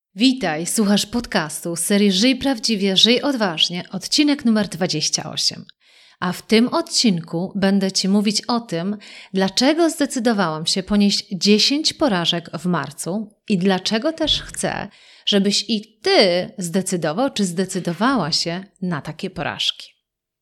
Witaj, słuchasz podcastu z serii Żyj Prawdziwie, Żyj Odważnie, odcinek numer 28. A w tym odcinku będę Ci mówić o tym, dlaczego zdecydowałam się ponieść 10 porażek w marcu i dlaczego też chcę, żebyś i Ty zdecydował czy zdecydowała się na takie porażki.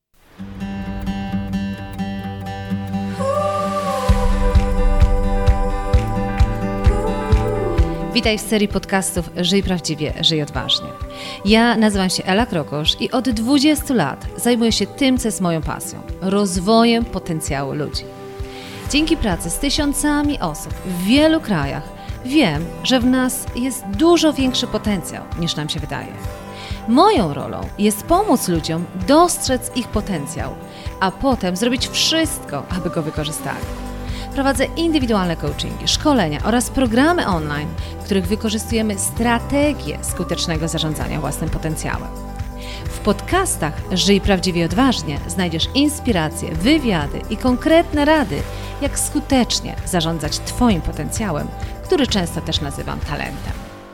Witaj w serii podcastów Żyj Prawdziwie, Żyj Odważnie. Ja nazywam się Ela Krokosz i od 20 lat zajmuję się tym, co jest moją pasją – rozwojem potencjału ludzi. Dzięki pracy z tysiącami osób w wielu krajach wiem, że w nas jest dużo większy potencjał niż nam się wydaje. Moją rolą jest pomóc ludziom dostrzec ich potencjał, a potem zrobić wszystko, aby go wykorzystali. Prowadzę indywidualne coachingi, szkolenia oraz programy online, w których wykorzystujemy strategię skutecznego zarządzania własnym potencjałem. W podcastach Żyj Prawdziwie Odważnie znajdziesz inspiracje, wywiady i konkretne rady, jak skutecznie zarządzać Twoim potencjałem, który często też nazywam talentem.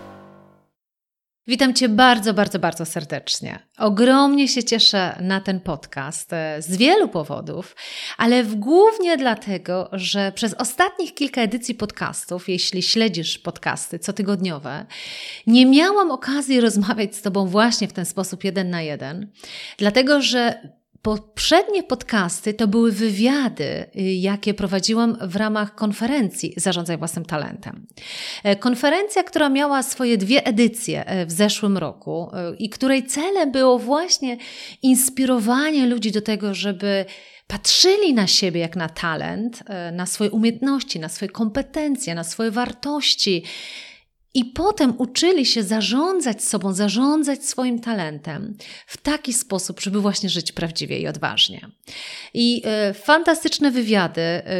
Witam Cię bardzo serdecznie. Ogromnie się cieszę na ten podcast z wielu powodów, ale głównie dlatego, że przez ostatnich kilka edycji podcastów, jeśli śledzisz podcasty cotygodniowe, nie miałam okazji rozmawiać z Tobą właśnie w ten sposób 1 na 1, dlatego że poprzednie podcasty to były wywiady, jakie prowadziłam w ramach konferencji Zarządzaj Własnym Talentem. Konferencja, która miała swoje 2 edycje w zeszłym roku i której celem było właśnie inspirowanie ludzi do tego, żeby patrzyli na siebie jak na talent, na swoje umiejętności, na swoje kompetencje, na swoje wartości, i potem uczyli się zarządzać sobą, zarządzać swoim talentem w taki sposób, żeby właśnie żyć prawdziwie i odważnie. I fantastyczne wywiady,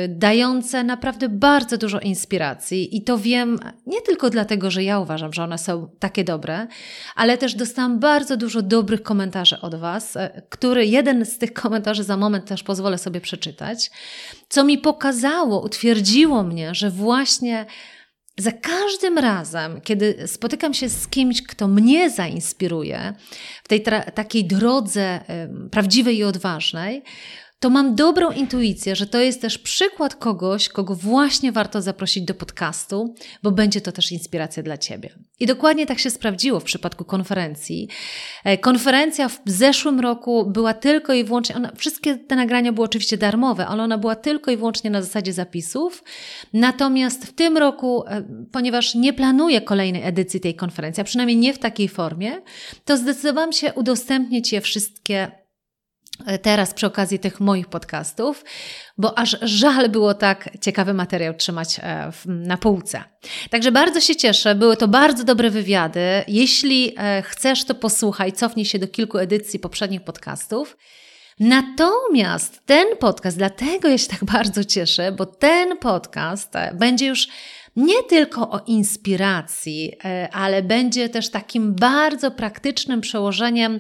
dające naprawdę bardzo dużo inspiracji. I to wiem nie tylko dlatego, że ja uważam, że one są takie dobre, ale też dostałam bardzo dużo dobrych komentarzy od Was, jeden z tych komentarzy za moment też pozwolę sobie przeczytać, co mi pokazało, utwierdziło mnie, że właśnie za każdym razem, kiedy spotykam się z kimś, kto mnie zainspiruje w tej takiej drodze prawdziwej i odważnej, to mam dobrą intuicję, że to jest też przykład kogoś, kogo właśnie warto zaprosić do podcastu, bo będzie to też inspiracja dla Ciebie. I dokładnie tak się sprawdziło w przypadku konferencji. Konferencja w zeszłym roku była tylko i wyłącznie, wszystkie te nagrania były oczywiście darmowe, ale ona była tylko i wyłącznie na zasadzie zapisów. Natomiast w tym roku, ponieważ nie planuję kolejnej edycji tej konferencji, a przynajmniej nie w takiej formie, to zdecydowałam się udostępnić je wszystkie teraz przy okazji tych moich podcastów, bo aż żal było tak ciekawy materiał trzymać na półce. Także bardzo się cieszę, były to bardzo dobre wywiady. Jeśli chcesz, to posłuchaj, cofnij się do kilku edycji poprzednich podcastów. Natomiast ten podcast, dlatego ja się tak bardzo cieszę, bo ten podcast będzie już nie tylko o inspiracji, ale będzie też takim bardzo praktycznym przełożeniem,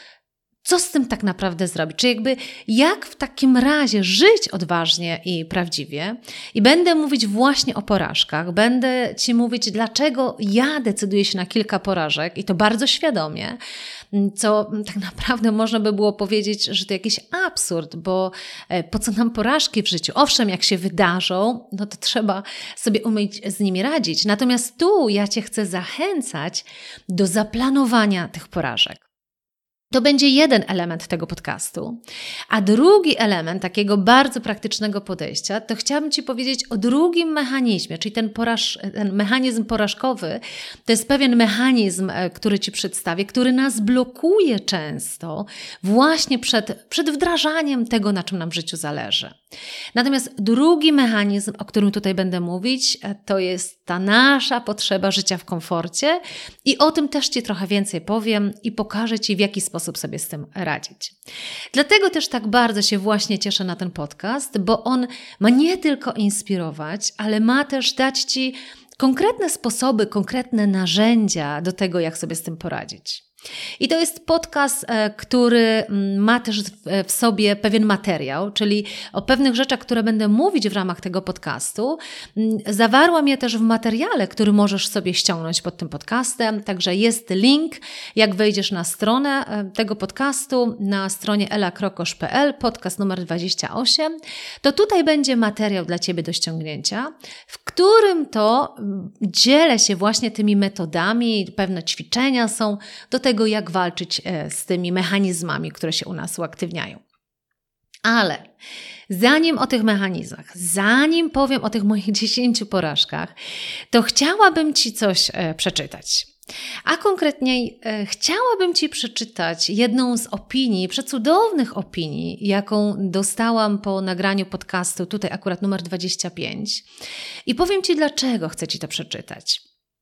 co z tym tak naprawdę zrobić? Czy jak w takim razie żyć odważnie i prawdziwie? I będę mówić właśnie o porażkach. Będę Ci mówić, dlaczego ja decyduję się na kilka porażek i to bardzo świadomie, co tak naprawdę można by było powiedzieć, że to jakiś absurd, bo po co nam porażki w życiu? Owszem, jak się wydarzą, no to trzeba sobie umieć z nimi radzić. Natomiast tu ja Cię chcę zachęcać do zaplanowania tych porażek. To będzie jeden element tego podcastu. A drugi element takiego bardzo praktycznego podejścia, to chciałabym Ci powiedzieć o drugim mechanizmie, czyli ten mechanizm porażkowy, to jest pewien mechanizm, który Ci przedstawię, który nas blokuje często właśnie przed wdrażaniem tego, na czym nam w życiu zależy. Natomiast drugi mechanizm, o którym tutaj będę mówić, to jest ta nasza potrzeba życia w komforcie i o tym też Ci trochę więcej powiem i pokażę Ci, w jaki sposób sobie z tym radzić. Dlatego też tak bardzo się właśnie cieszę na ten podcast, bo on ma nie tylko inspirować, ale ma też dać Ci konkretne sposoby, konkretne narzędzia do tego, jak sobie z tym poradzić. I to jest podcast, który ma też w sobie pewien materiał, czyli o pewnych rzeczach, które będę mówić w ramach tego podcastu. Zawarłam je też w materiale, który możesz sobie ściągnąć pod tym podcastem. Także jest link, jak wejdziesz na stronę tego podcastu, na stronie elakrokosz.pl, podcast numer 28, to tutaj będzie materiał dla Ciebie do ściągnięcia, w którym to dzielę się właśnie tymi metodami, pewne ćwiczenia są do tego, jak walczyć z tymi mechanizmami, które się u nas uaktywniają. Ale zanim o tych mechanizmach, zanim powiem o tych moich 10 porażkach, to chciałabym Ci coś przeczytać. A konkretniej chciałabym Ci przeczytać jedną z opinii, przecudownych opinii, jaką dostałam po nagraniu podcastu, tutaj akurat numer 25. I powiem Ci, dlaczego chcę Ci to przeczytać.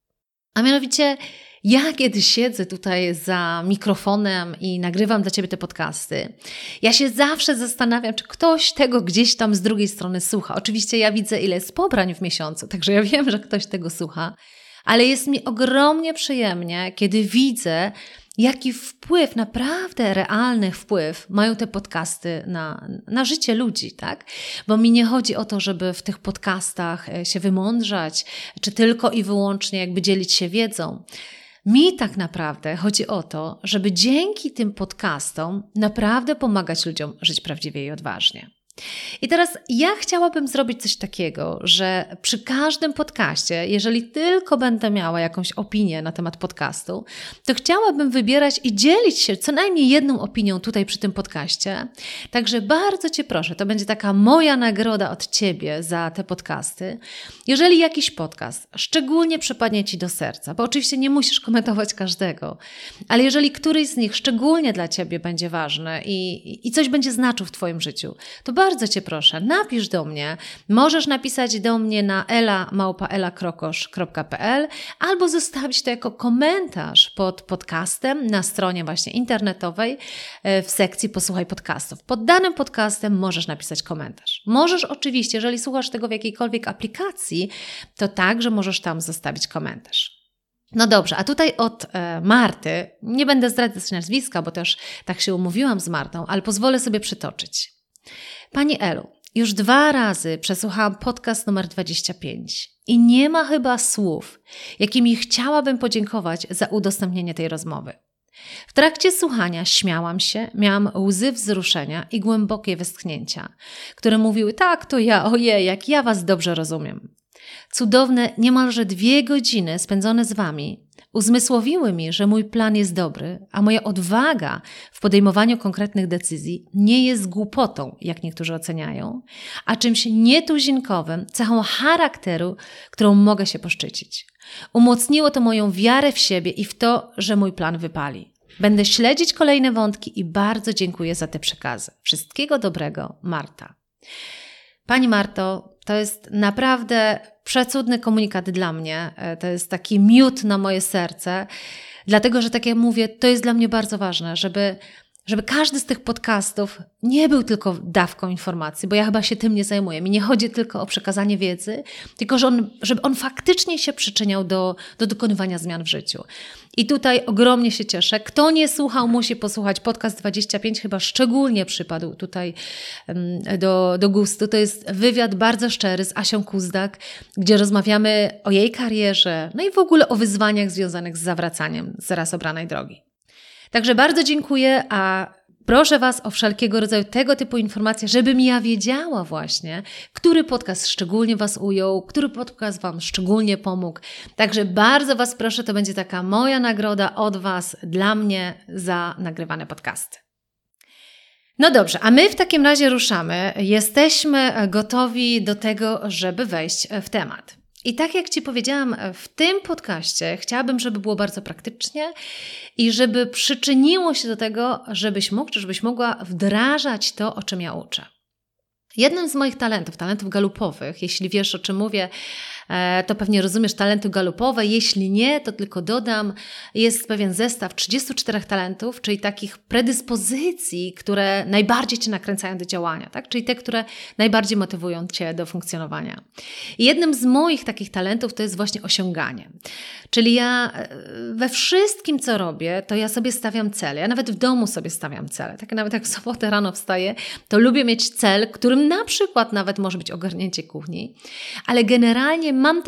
A mianowicie, ja kiedy siedzę tutaj za mikrofonem i nagrywam dla Ciebie te podcasty, ja się zawsze zastanawiam, czy ktoś tego gdzieś tam z drugiej strony słucha. Oczywiście ja widzę, ile jest pobrań w miesiącu, także ja wiem, że ktoś tego słucha, ale jest mi ogromnie przyjemnie, kiedy widzę, jaki wpływ, naprawdę realny wpływ mają te podcasty na życie ludzi, tak? Bo mi nie chodzi o to, żeby w tych podcastach się wymądrzać, czy tylko i wyłącznie jakby dzielić się wiedzą. Mi tak naprawdę chodzi o to, żeby dzięki tym podcastom naprawdę pomagać ludziom żyć prawdziwie i odważnie. I teraz ja chciałabym zrobić coś takiego, że przy każdym podcaście, jeżeli tylko będę miała jakąś opinię na temat podcastu, to chciałabym wybierać i dzielić się co najmniej jedną opinią tutaj przy tym podcaście. Także bardzo Cię proszę, to będzie taka moja nagroda od Ciebie za te podcasty. Jeżeli jakiś podcast szczególnie przypadnie Ci do serca, bo oczywiście nie musisz komentować każdego, ale jeżeli któryś z nich szczególnie dla Ciebie będzie ważny i coś będzie znaczył w Twoim życiu, to bardzo Cię proszę, napisz do mnie. Możesz napisać do mnie na ela@elakrokosz.pl albo zostawić to jako komentarz pod podcastem na stronie właśnie internetowej w sekcji Posłuchaj podcastów. Pod danym podcastem możesz napisać komentarz. Możesz oczywiście, jeżeli słuchasz tego w jakiejkolwiek aplikacji, to także możesz tam zostawić komentarz. No dobrze, a tutaj od Marty, nie będę zdradzać nazwiska, bo też tak się umówiłam z Martą, ale pozwolę sobie przytoczyć. Pani Elu, już 2 razy przesłuchałam podcast numer 25 i nie ma chyba słów, jakimi chciałabym podziękować za udostępnienie tej rozmowy. W trakcie słuchania śmiałam się, miałam łzy wzruszenia i głębokie westchnięcia, które mówiły: tak, to ja, ojej, jak ja Was dobrze rozumiem. Cudowne niemalże 2 godziny spędzone z Wami uzmysłowiły mi, że mój plan jest dobry, a moja odwaga w podejmowaniu konkretnych decyzji nie jest głupotą, jak niektórzy oceniają, a czymś nietuzinkowym, cechą charakteru, którą mogę się poszczycić. Umocniło to moją wiarę w siebie i w to, że mój plan wypali. Będę śledzić kolejne wątki i bardzo dziękuję za te przekazy. Wszystkiego dobrego, Marta. Pani Marto, to jest naprawdę przecudny komunikat dla mnie. To jest taki miód na moje serce, dlatego że, tak jak mówię, to jest dla mnie bardzo ważne, żeby każdy z tych podcastów nie był tylko dawką informacji, bo ja chyba się tym nie zajmuję. Mi nie chodzi tylko o przekazanie wiedzy, tylko żeby on faktycznie się przyczyniał do dokonywania zmian w życiu. I tutaj ogromnie się cieszę. Kto nie słuchał, musi posłuchać. Podcast 25 chyba szczególnie przypadł tutaj do gustu. To jest wywiad bardzo szczery z Asią Kuzdak, gdzie rozmawiamy o jej karierze, no i w ogóle o wyzwaniach związanych z zawracaniem z raz obranej drogi. Także bardzo dziękuję, a proszę Was o wszelkiego rodzaju tego typu informacje, żebym ja wiedziała właśnie, który podcast szczególnie Was ujął, który podcast Wam szczególnie pomógł. Także bardzo Was proszę, to będzie taka moja nagroda od Was dla mnie za nagrywane podcasty. No dobrze, a my w takim razie ruszamy. Jesteśmy gotowi do tego, żeby wejść w temat. I tak jak Ci powiedziałam, w tym podcaście chciałabym, żeby było bardzo praktycznie i żeby przyczyniło się do tego, żebyś mógł, czy żebyś mogła wdrażać to, o czym ja uczę. Jednym z moich talentów galupowych, jeśli wiesz, o czym mówię, to pewnie rozumiesz talenty galupowe. Jeśli nie, to tylko dodam, jest pewien zestaw 34 talentów, czyli takich predyspozycji, które najbardziej Cię nakręcają do działania, tak? Czyli te, które najbardziej motywują Cię do funkcjonowania. I jednym z moich takich talentów to jest właśnie osiąganie. Czyli ja we wszystkim, co robię, to ja sobie stawiam cele. Ja nawet w domu sobie stawiam cele. Tak nawet jak w sobotę rano wstaję, to lubię mieć cel, którym na przykład nawet może być ogarnięcie kuchni, ale generalnie mam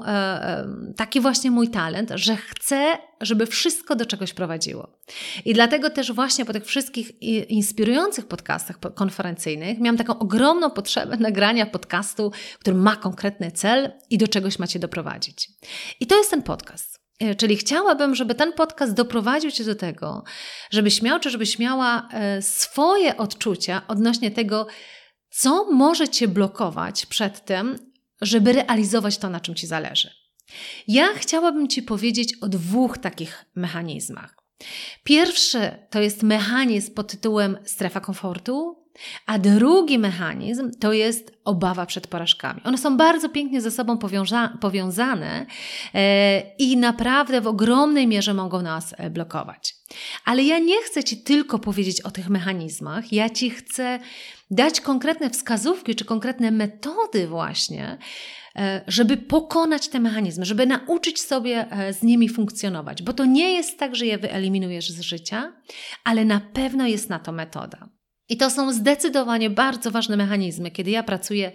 taki właśnie mój talent, że chcę, żeby wszystko do czegoś prowadziło. I dlatego też właśnie po tych wszystkich inspirujących podcastach konferencyjnych miałam taką ogromną potrzebę nagrania podcastu, który ma konkretny cel i do czegoś macie doprowadzić. I to jest ten podcast. Czyli chciałabym, żeby ten podcast doprowadził Cię do tego, żebyś miała swoje odczucia odnośnie tego, co może Cię blokować przed tym, żeby realizować to, na czym Ci zależy. Ja chciałabym Ci powiedzieć o 2 takich mechanizmach. Pierwszy to jest mechanizm pod tytułem strefa komfortu, a drugi mechanizm to jest obawa przed porażkami. One są bardzo pięknie ze sobą powiązane i naprawdę w ogromnej mierze mogą nas blokować. Ale ja nie chcę Ci tylko powiedzieć o tych mechanizmach, ja Ci chcę dać konkretne wskazówki czy konkretne metody właśnie, żeby pokonać te mechanizmy, żeby nauczyć sobie z nimi funkcjonować. Bo to nie jest tak, że je wyeliminujesz z życia, ale na pewno jest na to metoda. I to są zdecydowanie bardzo ważne mechanizmy. Kiedy ja pracuję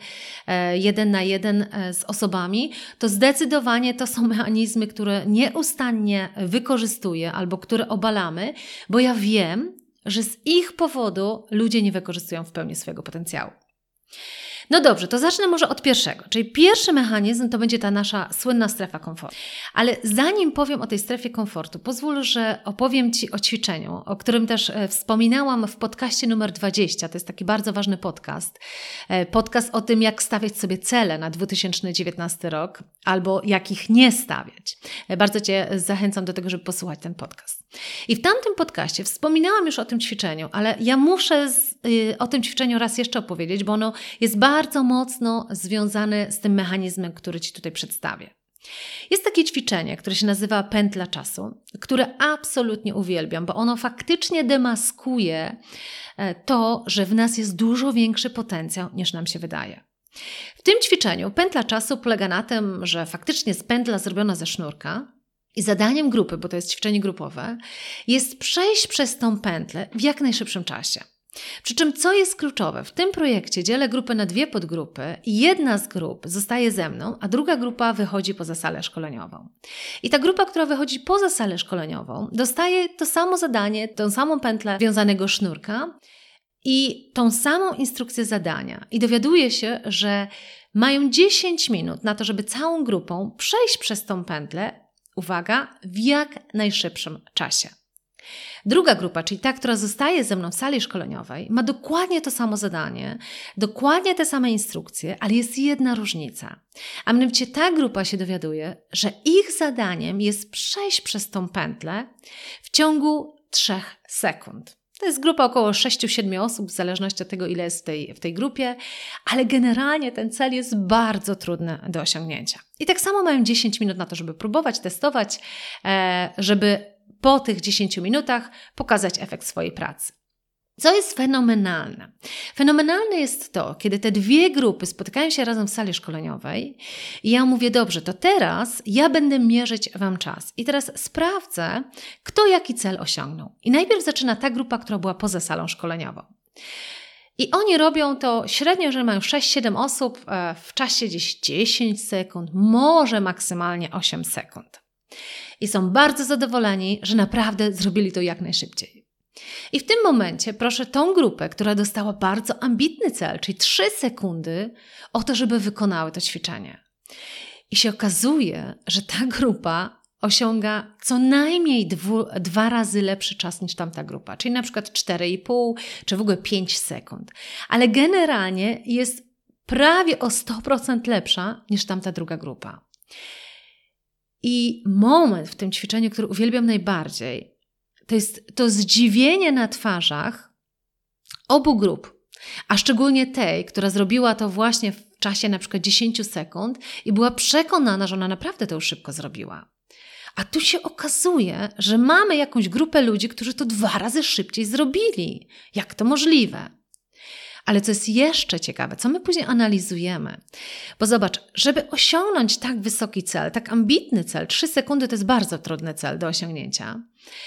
1 na 1 z osobami, to zdecydowanie to są mechanizmy, które nieustannie wykorzystuję albo które obalamy, bo ja wiem, że z ich powodu ludzie nie wykorzystują w pełni swojego potencjału. No dobrze, to zacznę może od pierwszego. Czyli pierwszy mechanizm to będzie ta nasza słynna strefa komfortu. Ale zanim powiem o tej strefie komfortu, pozwól, że opowiem Ci o ćwiczeniu, o którym też wspominałam w podcaście numer 20. To jest taki bardzo ważny podcast. Podcast o tym, jak stawiać sobie cele na 2019 rok albo jak ich nie stawiać. Bardzo Cię zachęcam do tego, żeby posłuchać ten podcast. I w tamtym podcaście wspominałam już o tym ćwiczeniu, ale ja muszę o tym ćwiczeniu raz jeszcze opowiedzieć, bo ono jest bardzo mocno związane z tym mechanizmem, który Ci tutaj przedstawię. Jest takie ćwiczenie, które się nazywa pętla czasu, które absolutnie uwielbiam, bo ono faktycznie demaskuje to, że w nas jest dużo większy potencjał, niż nam się wydaje. W tym ćwiczeniu pętla czasu polega na tym, że faktycznie jest pętla zrobiona ze sznurka i zadaniem grupy, bo to jest ćwiczenie grupowe, jest przejść przez tą pętlę w jak najszybszym czasie. Przy czym co jest kluczowe? W tym projekcie dzielę grupę na 2 podgrupy i jedna z grup zostaje ze mną, a druga grupa wychodzi poza salę szkoleniową. I ta grupa, która wychodzi poza salę szkoleniową, dostaje to samo zadanie, tą samą pętlę wiązanego sznurka i tą samą instrukcję zadania. I dowiaduje się, że mają 10 minut na to, żeby całą grupą przejść przez tą pętlę, uwaga, w jak najszybszym czasie. Druga grupa, czyli ta, która zostaje ze mną w sali szkoleniowej, ma dokładnie to samo zadanie, dokładnie te same instrukcje, ale jest jedna różnica. A mianowicie ta grupa się dowiaduje, że ich zadaniem jest przejść przez tą pętlę w ciągu 3 sekund. To jest grupa około 6-7 osób, w zależności od tego, ile jest w tej grupie, ale generalnie ten cel jest bardzo trudny do osiągnięcia. I tak samo mają 10 minut na to, żeby próbować, testować, żeby po tych 10 minutach pokazać efekt swojej pracy. Co jest fenomenalne? Fenomenalne jest to, kiedy te 2 grupy spotykają się razem w sali szkoleniowej i ja mówię, dobrze, to teraz ja będę mierzyć Wam czas i teraz sprawdzę, kto jaki cel osiągnął. I najpierw zaczyna ta grupa, która była poza salą szkoleniową. I oni robią to średnio, że mają 6-7 osób w czasie gdzieś 10 sekund, może maksymalnie 8 sekund. I są bardzo zadowoleni, że naprawdę zrobili to jak najszybciej. I w tym momencie proszę tą grupę, która dostała bardzo ambitny cel, czyli 3 sekundy, o to, żeby wykonały to ćwiczenie. I się okazuje, że ta grupa osiąga co najmniej 2 razy lepszy czas niż tamta grupa, czyli na przykład 4,5 czy w ogóle 5 sekund. Ale generalnie jest prawie o 100% lepsza niż tamta druga grupa. I moment w tym ćwiczeniu, który uwielbiam najbardziej, to jest to zdziwienie na twarzach obu grup, a szczególnie tej, która zrobiła to właśnie w czasie na przykład 10 sekund i była przekonana, że ona naprawdę to już szybko zrobiła. A tu się okazuje, że mamy jakąś grupę ludzi, którzy to 2 razy szybciej zrobili. Jak to możliwe? Ale co jest jeszcze ciekawe, co my później analizujemy? Bo zobacz, żeby osiągnąć tak wysoki cel, tak ambitny cel, 3 sekundy to jest bardzo trudny cel do osiągnięcia,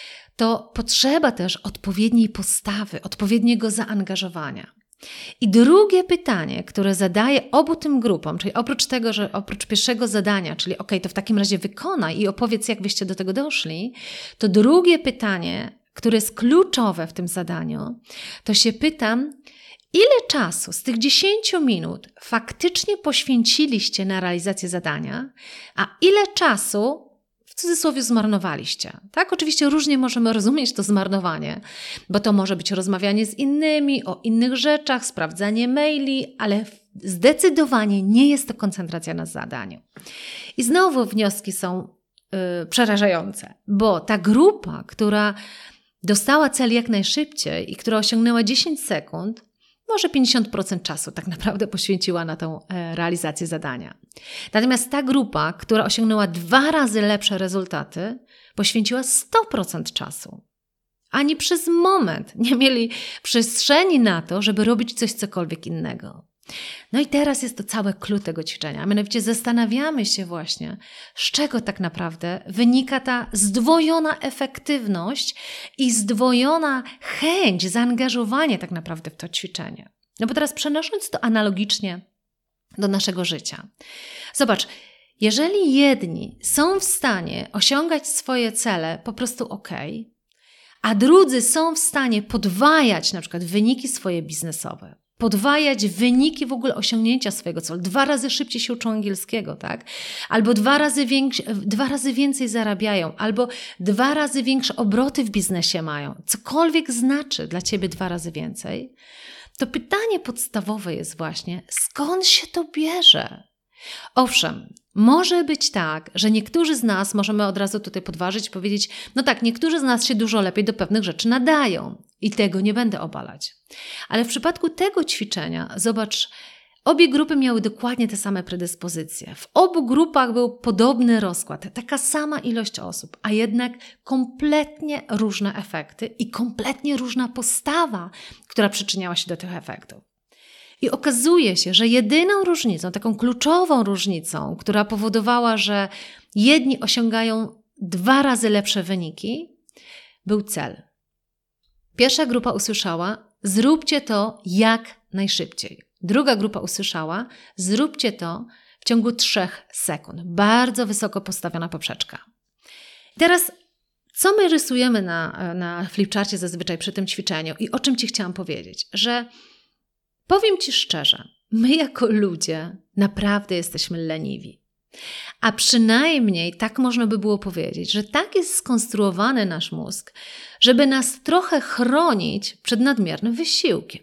to potrzeba też odpowiedniej postawy, odpowiedniego zaangażowania. I drugie pytanie, które zadaję obu tym grupom, czyli oprócz tego, że oprócz pierwszego zadania, czyli to w takim razie wykonaj i opowiedz, jak wyście do tego doszli, to drugie pytanie, które jest kluczowe w tym zadaniu, to się pytam, ile czasu z tych 10 minut faktycznie poświęciliście na realizację zadania, a ile czasu w cudzysłowie zmarnowaliście. Tak, oczywiście różnie możemy rozumieć to zmarnowanie, bo to może być rozmawianie z innymi o innych rzeczach, sprawdzanie maili, ale zdecydowanie nie jest to koncentracja na zadaniu. I znowu wnioski są przerażające, bo ta grupa, która dostała cel jak najszybciej i która osiągnęła 10 sekund, może 50% czasu tak naprawdę poświęciła na tą realizację zadania. Natomiast ta grupa, która osiągnęła 2 razy lepsze rezultaty, poświęciła 100% czasu. Ani przez moment nie mieli przestrzeni na to, żeby robić cokolwiek innego. No i teraz jest to całe clue tego ćwiczenia. Mianowicie zastanawiamy się właśnie, z czego tak naprawdę wynika ta zdwojona efektywność i zdwojona chęć, zaangażowanie tak naprawdę w to ćwiczenie. No bo teraz przenosząc to analogicznie do naszego życia. Zobacz, jeżeli jedni są w stanie osiągać swoje cele po prostu a drudzy są w stanie podwajać na przykład wyniki swoje biznesowe, podwajać wyniki w ogóle osiągnięcia swojego celu. 2 razy szybciej się uczą angielskiego, tak? Albo 2 razy więcej zarabiają, albo 2 razy większe obroty w biznesie mają. Cokolwiek znaczy dla Ciebie 2 razy więcej, to pytanie podstawowe jest właśnie, skąd się to bierze? Owszem, może być tak, że niektórzy z nas, możemy od razu tutaj podważyć i powiedzieć, no tak, niektórzy z nas się dużo lepiej do pewnych rzeczy nadają i tego nie będę obalać. Ale w przypadku tego ćwiczenia, zobacz, obie grupy miały dokładnie te same predyspozycje. W obu grupach był podobny rozkład, taka sama ilość osób, a jednak kompletnie różne efekty i kompletnie różna postawa, która przyczyniała się do tych efektów. I okazuje się, że jedyną różnicą, taką kluczową różnicą, która powodowała, że jedni osiągają 2 razy lepsze wyniki, był cel. Pierwsza grupa usłyszała, zróbcie to jak najszybciej. Druga grupa usłyszała, zróbcie to w ciągu 3 sekund. Bardzo wysoko postawiona poprzeczka. Teraz, co my rysujemy na flipcharcie zazwyczaj przy tym ćwiczeniu i o czym Ci chciałam powiedzieć? Że powiem Ci szczerze, my jako ludzie naprawdę jesteśmy leniwi. A przynajmniej tak można by było powiedzieć, że tak jest skonstruowany nasz mózg, żeby nas trochę chronić przed nadmiernym wysiłkiem.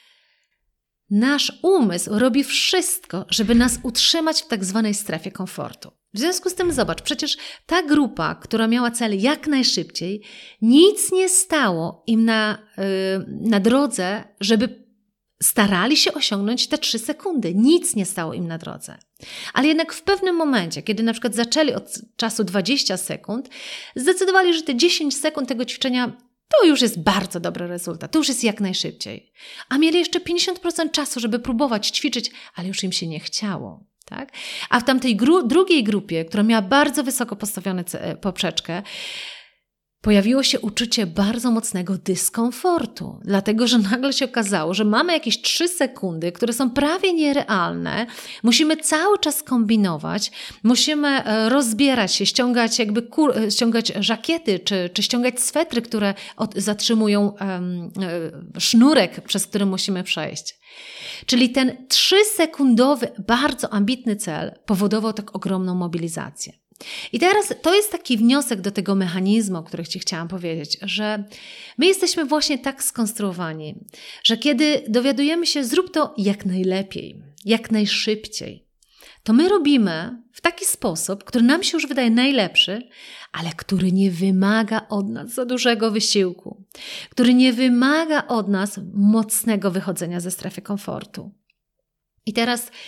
Nasz umysł robi wszystko, żeby nas utrzymać w tak zwanej strefie komfortu. W związku z tym zobacz, przecież ta grupa, która miała cel jak najszybciej, nic nie stało im na drodze, żeby starali się osiągnąć te 3 sekundy. Nic nie stało im na drodze. Ale jednak w pewnym momencie, kiedy na przykład zaczęli od czasu 20 sekund, zdecydowali, że te 10 sekund tego ćwiczenia to już jest bardzo dobry rezultat, to już jest jak najszybciej. A mieli jeszcze 50% czasu, żeby próbować ćwiczyć, ale już im się nie chciało. Tak? A w tamtej drugiej grupie, która miała bardzo wysoko postawioną poprzeczkę, pojawiło się uczucie bardzo mocnego dyskomfortu, dlatego że nagle się okazało, że mamy jakieś 3 sekundy, które są prawie nierealne, musimy cały czas kombinować, musimy rozbierać się, ściągać żakiety, czy ściągać swetry, które zatrzymują sznurek, przez który musimy przejść. Czyli ten 3-sekundowy, bardzo ambitny cel powodował tak ogromną mobilizację. I teraz to jest taki wniosek do tego mechanizmu, o którym Ci chciałam powiedzieć, że my jesteśmy właśnie tak skonstruowani, że kiedy dowiadujemy się, zrób to jak najlepiej, jak najszybciej, to my robimy w taki sposób, który nam się już wydaje najlepszy, ale który nie wymaga od nas za dużego wysiłku, który nie wymaga od nas mocnego wychodzenia ze strefy komfortu. I teraz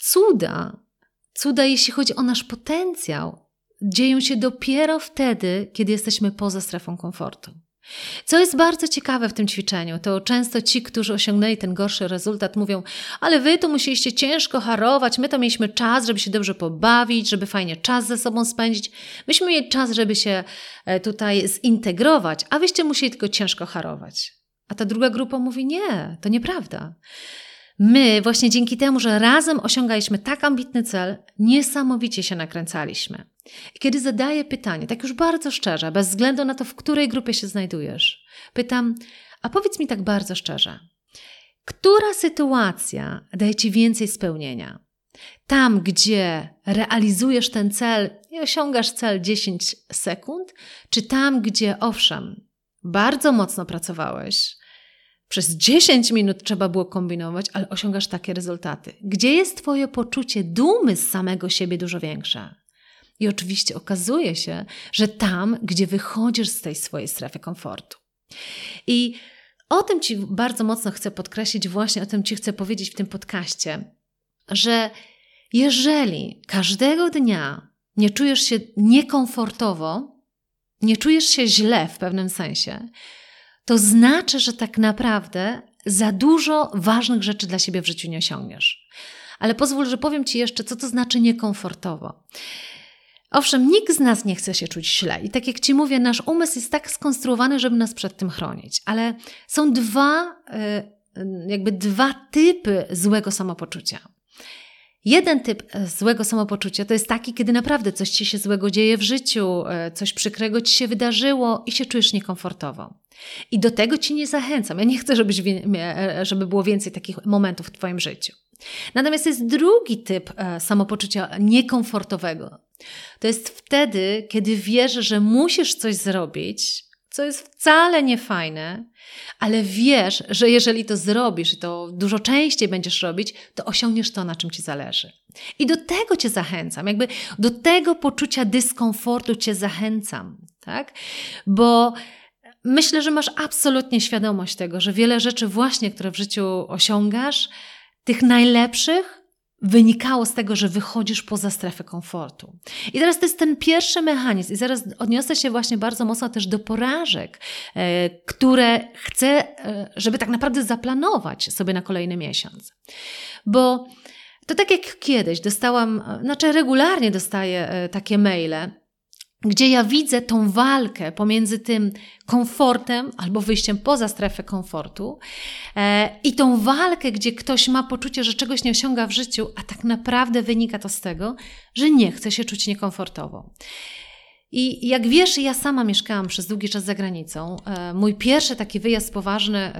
cuda jeśli chodzi o nasz potencjał, dzieją się dopiero wtedy, kiedy jesteśmy poza strefą komfortu. Co jest bardzo ciekawe w tym ćwiczeniu, to często ci, którzy osiągnęli ten gorszy rezultat, mówią: ale wy to musieliście ciężko harować, my to mieliśmy czas, żeby się dobrze pobawić, żeby fajnie czas ze sobą spędzić. Myśmy mieli czas, żeby się tutaj zintegrować, a wyście musieli tylko ciężko harować. A ta druga grupa mówi: nie, to nieprawda. My właśnie dzięki temu, że razem osiągaliśmy tak ambitny cel, niesamowicie się nakręcaliśmy. I kiedy zadaję pytanie, tak już bardzo szczerze, bez względu na to, w której grupie się znajdujesz, pytam: a powiedz mi tak bardzo szczerze, która sytuacja daje Ci więcej spełnienia? Tam, gdzie realizujesz ten cel i osiągasz cel 10 sekund, czy tam, gdzie owszem, bardzo mocno pracowałeś, przez 10 minut trzeba było kombinować, ale osiągasz takie rezultaty? Gdzie jest Twoje poczucie dumy z samego siebie dużo większe? I oczywiście okazuje się, że tam, gdzie wychodzisz z tej swojej strefy komfortu. I o tym Ci bardzo mocno chcę podkreślić, właśnie o tym Ci chcę powiedzieć w tym podcaście, że jeżeli każdego dnia nie czujesz się niekomfortowo, nie czujesz się źle w pewnym sensie, to znaczy, że tak naprawdę za dużo ważnych rzeczy dla siebie w życiu nie osiągniesz. Ale pozwól, że powiem Ci jeszcze, co to znaczy niekomfortowo. Owszem, nikt z nas nie chce się czuć źle i tak jak Ci mówię, nasz umysł jest tak skonstruowany, żeby nas przed tym chronić, ale są dwa typy złego samopoczucia. Jeden typ złego samopoczucia to jest taki, kiedy naprawdę coś Ci się złego dzieje w życiu, coś przykrego Ci się wydarzyło i się czujesz niekomfortowo. I do tego Ci nie zachęcam. Ja nie chcę, żeby było więcej takich momentów w Twoim życiu. Natomiast jest drugi typ samopoczucia niekomfortowego. To jest wtedy, kiedy wiesz, że musisz coś zrobić, co jest wcale nie fajne, ale wiesz, że jeżeli to zrobisz i to dużo częściej będziesz robić, to osiągniesz to, na czym Ci zależy. I do tego Cię zachęcam, do tego poczucia dyskomfortu Cię zachęcam, tak? Bo myślę, że masz absolutnie świadomość tego, że wiele rzeczy właśnie, które w życiu osiągasz, tych najlepszych, wynikało z tego, że wychodzisz poza strefę komfortu. I teraz to jest ten pierwszy mechanizm i zaraz odniosę się właśnie bardzo mocno też do porażek, które chcę, żeby tak naprawdę zaplanować sobie na kolejny miesiąc. Bo to tak jak kiedyś regularnie dostaję takie maile, gdzie ja widzę tą walkę pomiędzy tym komfortem albo wyjściem poza strefę komfortu i tą walkę, gdzie ktoś ma poczucie, że czegoś nie osiąga w życiu, a tak naprawdę wynika to z tego, że nie chce się czuć niekomfortowo. I jak wiesz, ja sama mieszkałam przez długi czas za granicą. Mój pierwszy taki wyjazd poważny,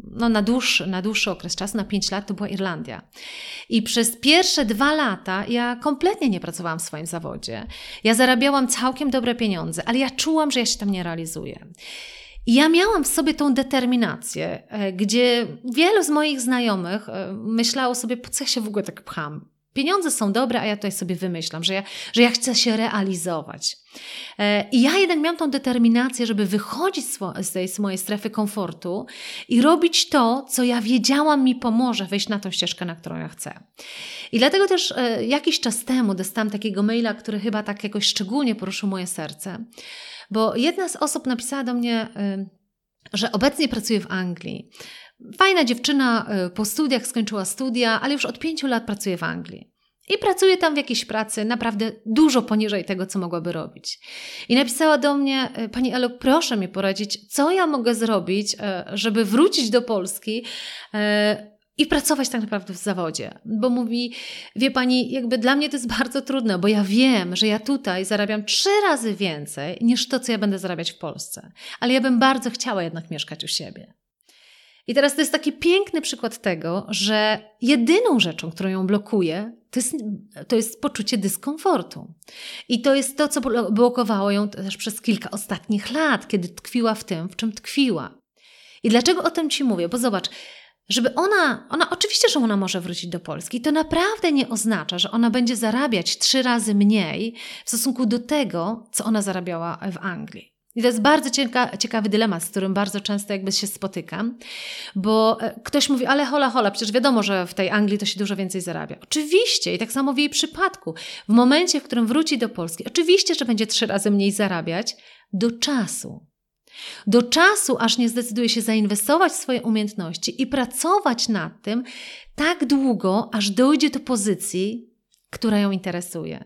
na dłuższy okres czasu, na 5 lat, to była Irlandia. I przez pierwsze 2 lata ja kompletnie nie pracowałam w swoim zawodzie. Ja zarabiałam całkiem dobre pieniądze, ale ja czułam, że ja się tam nie realizuję. I ja miałam w sobie tą determinację, gdzie wielu z moich znajomych myślało sobie, po co ja się w ogóle tak pcham. Pieniądze są dobre, a ja tutaj sobie wymyślam, że ja chcę się realizować. I ja jednak miałam tą determinację, żeby wychodzić z tej mojej strefy komfortu i robić to, co ja wiedziałam mi pomoże wejść na tą ścieżkę, na którą ja chcę. I dlatego też jakiś czas temu dostałam takiego maila, który chyba tak jakoś szczególnie poruszył moje serce, bo jedna z osób napisała do mnie, że obecnie pracuje w Anglii. Fajna dziewczyna, po studiach skończyła studia, ale już od 5 lat pracuje w Anglii. I pracuje tam w jakiejś pracy naprawdę dużo poniżej tego, co mogłaby robić. I napisała do mnie: Pani Elo, proszę mi poradzić, co ja mogę zrobić, żeby wrócić do Polski i pracować tak naprawdę w zawodzie. Bo mówi: wie Pani, jakby dla mnie to jest bardzo trudne, bo ja wiem, że ja tutaj zarabiam 3 razy więcej niż to, co ja będę zarabiać w Polsce. Ale ja bym bardzo chciała jednak mieszkać u siebie. I teraz to jest taki piękny przykład tego, że jedyną rzeczą, którą ją blokuje, to jest poczucie dyskomfortu. I to jest to, co blokowało ją też przez kilka ostatnich lat, kiedy tkwiła w tym, w czym tkwiła. I dlaczego o tym Ci mówię? Bo zobacz, żeby ona oczywiście, że ona może wrócić do Polski. To naprawdę nie oznacza, że ona będzie zarabiać 3 razy mniej w stosunku do tego, co ona zarabiała w Anglii. I to jest bardzo ciekawy dylemat, z którym bardzo często jakby się spotykam, bo ktoś mówi, ale hola, przecież wiadomo, że w tej Anglii to się dużo więcej zarabia. Oczywiście i tak samo w jej przypadku. W momencie, w którym wróci do Polski, oczywiście, że będzie 3 razy mniej zarabiać do czasu. Do czasu, aż nie zdecyduje się zainwestować w swoje umiejętności i pracować nad tym tak długo, aż dojdzie do pozycji, która ją interesuje.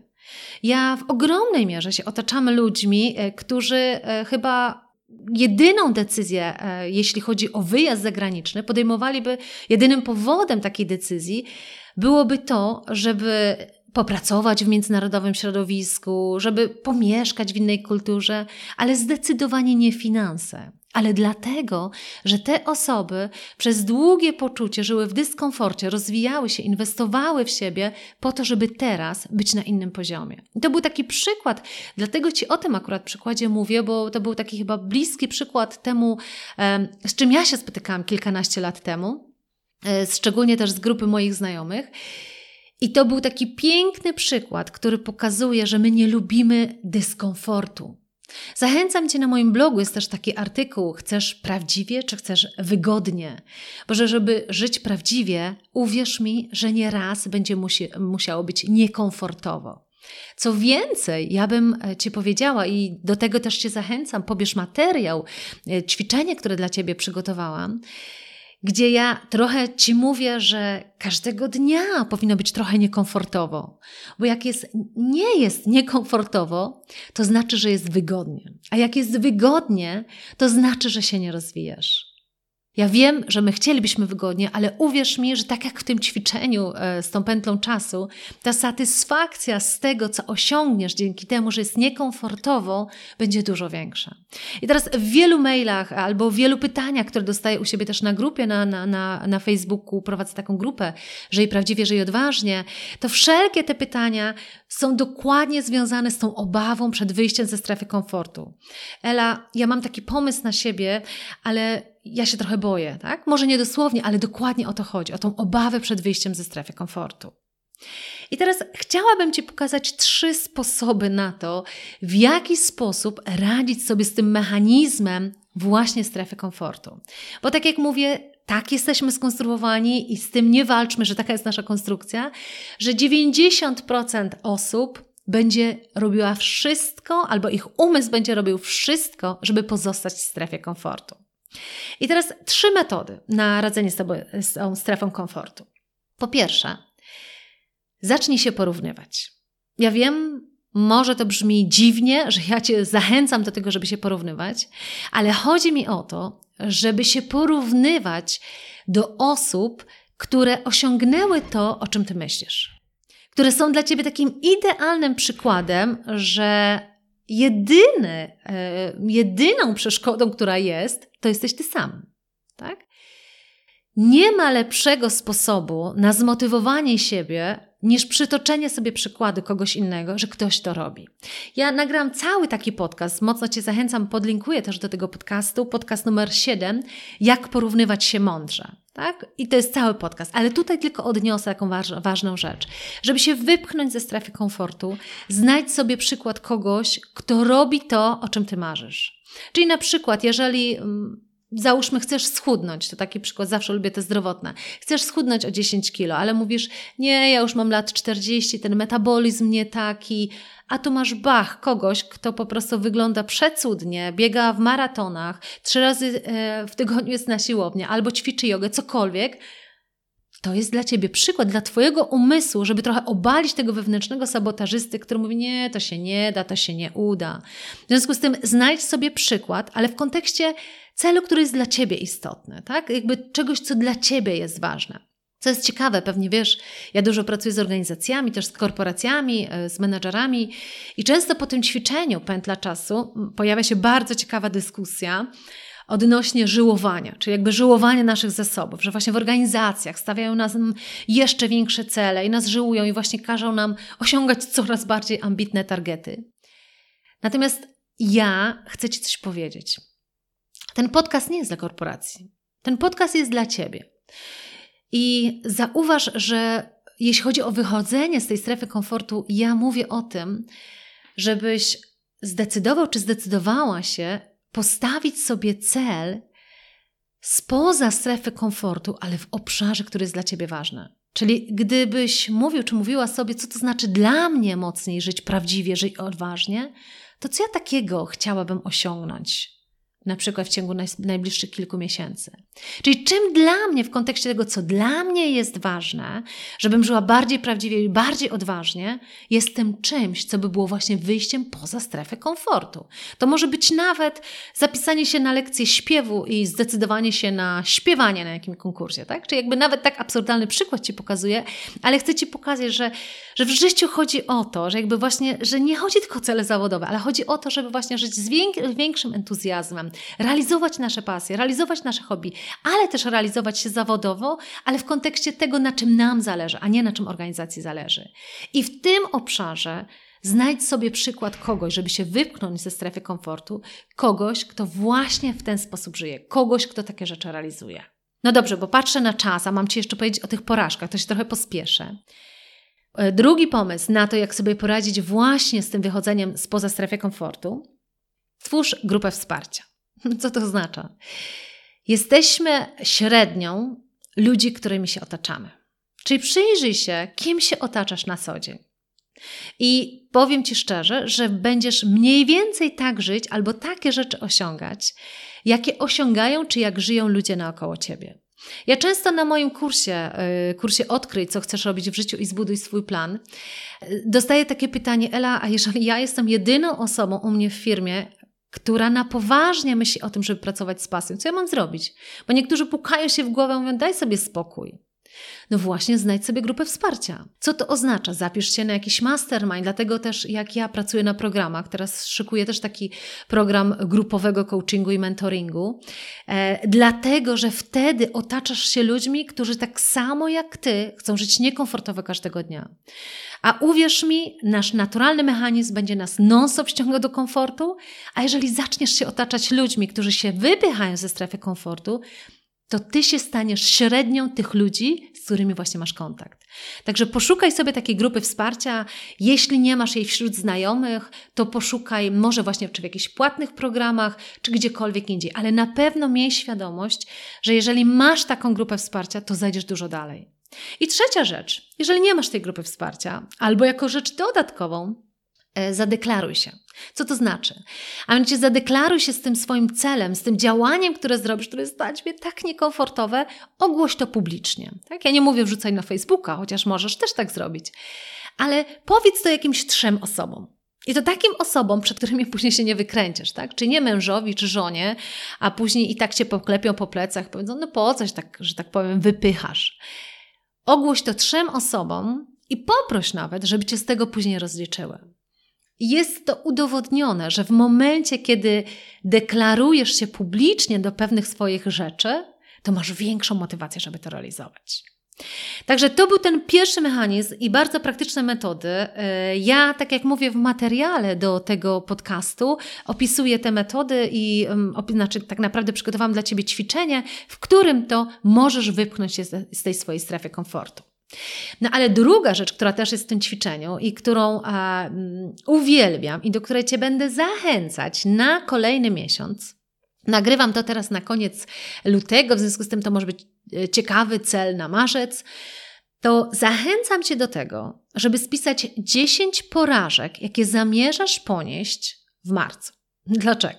Ja w ogromnej mierze się otaczam ludźmi, którzy chyba jedyną decyzję, jeśli chodzi o wyjazd zagraniczny, podejmowaliby, jedynym powodem takiej decyzji byłoby to, żeby popracować w międzynarodowym środowisku, żeby pomieszkać w innej kulturze, ale zdecydowanie nie finanse. Ale dlatego, że te osoby przez długie poczucie żyły w dyskomforcie, rozwijały się, inwestowały w siebie po to, żeby teraz być na innym poziomie. I to był taki przykład, dlatego Ci o tym akurat przykładzie mówię, bo to był taki chyba bliski przykład temu, z czym ja się spotykałam kilkanaście lat temu, szczególnie też z grupy moich znajomych. I to był taki piękny przykład, który pokazuje, że my nie lubimy dyskomfortu. Zachęcam Cię, na moim blogu jest też taki artykuł, chcesz prawdziwie czy chcesz wygodnie? Bo żeby żyć prawdziwie, uwierz mi, że nie raz będzie musiało być niekomfortowo. Co więcej, ja bym Ci powiedziała i do tego też Cię zachęcam, pobierz materiał, ćwiczenie, które dla Ciebie przygotowałam, gdzie ja trochę Ci mówię, że każdego dnia powinno być trochę niekomfortowo. Bo jak nie jest niekomfortowo, to znaczy, że jest wygodnie. A jak jest wygodnie, to znaczy, że się nie rozwijasz. Ja wiem, że my chcielibyśmy wygodnie, ale uwierz mi, że tak jak w tym ćwiczeniu z tą pętlą czasu, ta satysfakcja z tego, co osiągniesz dzięki temu, że jest niekomfortowo, będzie dużo większa. I teraz w wielu mailach albo w wielu pytaniach, które dostaję u siebie też na grupie, na Facebooku, prowadzę taką grupę Żyj prawdziwie, żyj odważnie, to wszelkie te pytania są dokładnie związane z tą obawą przed wyjściem ze strefy komfortu. Ela, ja mam taki pomysł na siebie, ale ja się trochę boję, tak? Może nie dosłownie, ale dokładnie o to chodzi, o tą obawę przed wyjściem ze strefy komfortu. I teraz chciałabym Ci pokazać 3 sposoby na to, w jaki sposób radzić sobie z tym mechanizmem właśnie strefy komfortu. Bo tak jak mówię, tak jesteśmy skonstruowani i z tym nie walczmy, że taka jest nasza konstrukcja, że 90% osób będzie robiła wszystko, albo ich umysł będzie robił wszystko, żeby pozostać w strefie komfortu. I teraz 3 metody na radzenie z tą strefą komfortu. Po pierwsze, zacznij się porównywać. Ja wiem, może to brzmi dziwnie, że ja Cię zachęcam do tego, żeby się porównywać, ale chodzi mi o to, żeby się porównywać do osób, które osiągnęły to, o czym Ty myślisz. Które są dla Ciebie takim idealnym przykładem, że jedyną przeszkodą, która jest, to jesteś Ty sam. Tak? Nie ma lepszego sposobu na zmotywowanie siebie niż przytoczenie sobie przykładu kogoś innego, że ktoś to robi. Ja nagram cały taki podcast, mocno Cię zachęcam, podlinkuję też do tego podcastu, podcast numer 7, jak porównywać się mądrze. Tak? I to jest cały podcast, ale tutaj tylko odniosę taką ważną rzecz. Żeby się wypchnąć ze strefy komfortu, znajdź sobie przykład kogoś, kto robi to, o czym Ty marzysz. Czyli na przykład, jeżeli załóżmy, chcesz schudnąć, to taki przykład, zawsze lubię te zdrowotne. Chcesz schudnąć o 10 kilo, ale mówisz, nie, ja już mam lat 40, ten metabolizm nie taki, a tu masz kogoś, kto po prostu wygląda przecudnie, biega w maratonach, 3 razy w tygodniu jest na siłowni, albo ćwiczy jogę, cokolwiek. To jest dla Ciebie przykład, dla Twojego umysłu, żeby trochę obalić tego wewnętrznego sabotażysty, który mówi, nie, to się nie da, to się nie uda. W związku z tym znajdź sobie przykład, ale w kontekście celu, który jest dla Ciebie istotny, tak? Jakby czegoś, co dla Ciebie jest ważne. Co jest ciekawe, pewnie wiesz, ja dużo pracuję z organizacjami, też z korporacjami, z menedżerami i często po tym ćwiczeniu pętla czasu pojawia się bardzo ciekawa dyskusja odnośnie żyłowania, czyli jakby żyłowania naszych zasobów, że właśnie w organizacjach stawiają nas jeszcze większe cele i nas żyłują i właśnie każą nam osiągać coraz bardziej ambitne targety. Natomiast ja chcę Ci coś powiedzieć. Ten podcast nie jest dla korporacji. Ten podcast jest dla Ciebie. I zauważ, że jeśli chodzi o wychodzenie z tej strefy komfortu, ja mówię o tym, żebyś zdecydował czy zdecydowała się postawić sobie cel spoza strefy komfortu, ale w obszarze, który jest dla Ciebie ważny. Czyli gdybyś mówił czy mówiła sobie, co to znaczy dla mnie mocniej żyć prawdziwie, żyć odważnie, to co ja takiego chciałabym osiągnąć? Na przykład w ciągu najbliższych kilku miesięcy. Czyli czym dla mnie, w kontekście tego, co dla mnie jest ważne, żebym żyła bardziej prawdziwie i bardziej odważnie, jest tym czymś, co by było właśnie wyjściem poza strefę komfortu. To może być nawet zapisanie się na lekcję śpiewu i zdecydowanie się na śpiewanie na jakimś konkursie, tak? Czyli jakby nawet tak absurdalny przykład Ci pokazuję, ale chcę Ci pokazać, że w życiu chodzi o to, że jakby właśnie, że nie chodzi tylko o cele zawodowe, ale chodzi o to, żeby właśnie żyć z większym entuzjazmem, realizować nasze pasje, realizować nasze hobby, ale też realizować się zawodowo, ale w kontekście tego, na czym nam zależy, a nie na czym organizacji zależy. I w tym obszarze znajdź sobie przykład kogoś, żeby się wypchnąć ze strefy komfortu, kogoś, kto właśnie w ten sposób żyje, kogoś, kto takie rzeczy realizuje. No dobrze, bo patrzę na czas, a mam Ci jeszcze powiedzieć o tych porażkach, to się trochę pospieszę. Drugi pomysł na to, jak sobie poradzić właśnie z tym wychodzeniem spoza strefy komfortu, stwórz grupę wsparcia. Co to oznacza? Jesteśmy średnią ludzi, którymi się otaczamy. Czyli przyjrzyj się, kim się otaczasz na co dzień. I powiem Ci szczerze, że będziesz mniej więcej tak żyć albo takie rzeczy osiągać, jakie osiągają czy jak żyją ludzie naokoło Ciebie. Ja często na moim kursie Odkryj, co chcesz robić w życiu i zbuduj swój plan, dostaję takie pytanie: Ela, a jeżeli ja jestem jedyną osobą u mnie w firmie, która na poważnie myśli o tym, żeby pracować z pasją, co ja mam zrobić? Bo niektórzy pukają się w głowę i mówią: daj sobie spokój. No właśnie, znajdź sobie grupę wsparcia. Co to oznacza? Zapisz się na jakiś mastermind, dlatego też jak ja pracuję na programach, teraz szykuję też taki program grupowego coachingu i mentoringu, dlatego, że wtedy otaczasz się ludźmi, którzy tak samo jak Ty chcą żyć niekomfortowo każdego dnia. A uwierz mi, nasz naturalny mechanizm będzie nas non-stop ściągał do komfortu, a jeżeli zaczniesz się otaczać ludźmi, którzy się wypychają ze strefy komfortu, to Ty się staniesz średnią tych ludzi, z którymi właśnie masz kontakt. Także poszukaj sobie takiej grupy wsparcia. Jeśli nie masz jej wśród znajomych, to poszukaj może właśnie w jakichś płatnych programach, czy gdziekolwiek indziej. Ale na pewno miej świadomość, że jeżeli masz taką grupę wsparcia, to zajdziesz dużo dalej. I trzecia rzecz, jeżeli nie masz tej grupy wsparcia, albo jako rzecz dodatkową, zadeklaruj się. Co to znaczy? A mianowicie zadeklaruj się z tym swoim celem, z tym działaniem, które zrobisz, które jest dla Ciebie tak niekomfortowe, ogłoś to publicznie. Tak? Ja nie mówię wrzucaj na Facebooka, chociaż możesz też tak zrobić, ale powiedz to jakimś 3 osobom. I to takim osobom, przed którymi później się nie wykręcisz, tak? Czy nie mężowi, czy żonie, a później i tak Cię poklepią po plecach, powiedzą: no po coś tak, że tak powiem, wypychasz. Ogłoś to 3 osobom i poproś nawet, żeby Cię z tego później rozliczyły. Jest to udowodnione, że w momencie, kiedy deklarujesz się publicznie do pewnych swoich rzeczy, to masz większą motywację, żeby to realizować. Także to był ten pierwszy mechanizm i bardzo praktyczne metody. Ja, tak jak mówię w materiale do tego podcastu, opisuję te metody i tak naprawdę przygotowałam dla Ciebie ćwiczenie, w którym to możesz wypchnąć się z tej swojej strefy komfortu. No ale druga rzecz, która też jest w tym ćwiczeniu i którą uwielbiam i do której Cię będę zachęcać na kolejny miesiąc. Nagrywam to teraz na koniec lutego, w związku z tym to może być ciekawy cel na marzec. To zachęcam Cię do tego, żeby spisać 10 porażek, jakie zamierzasz ponieść w marcu. Dlaczego?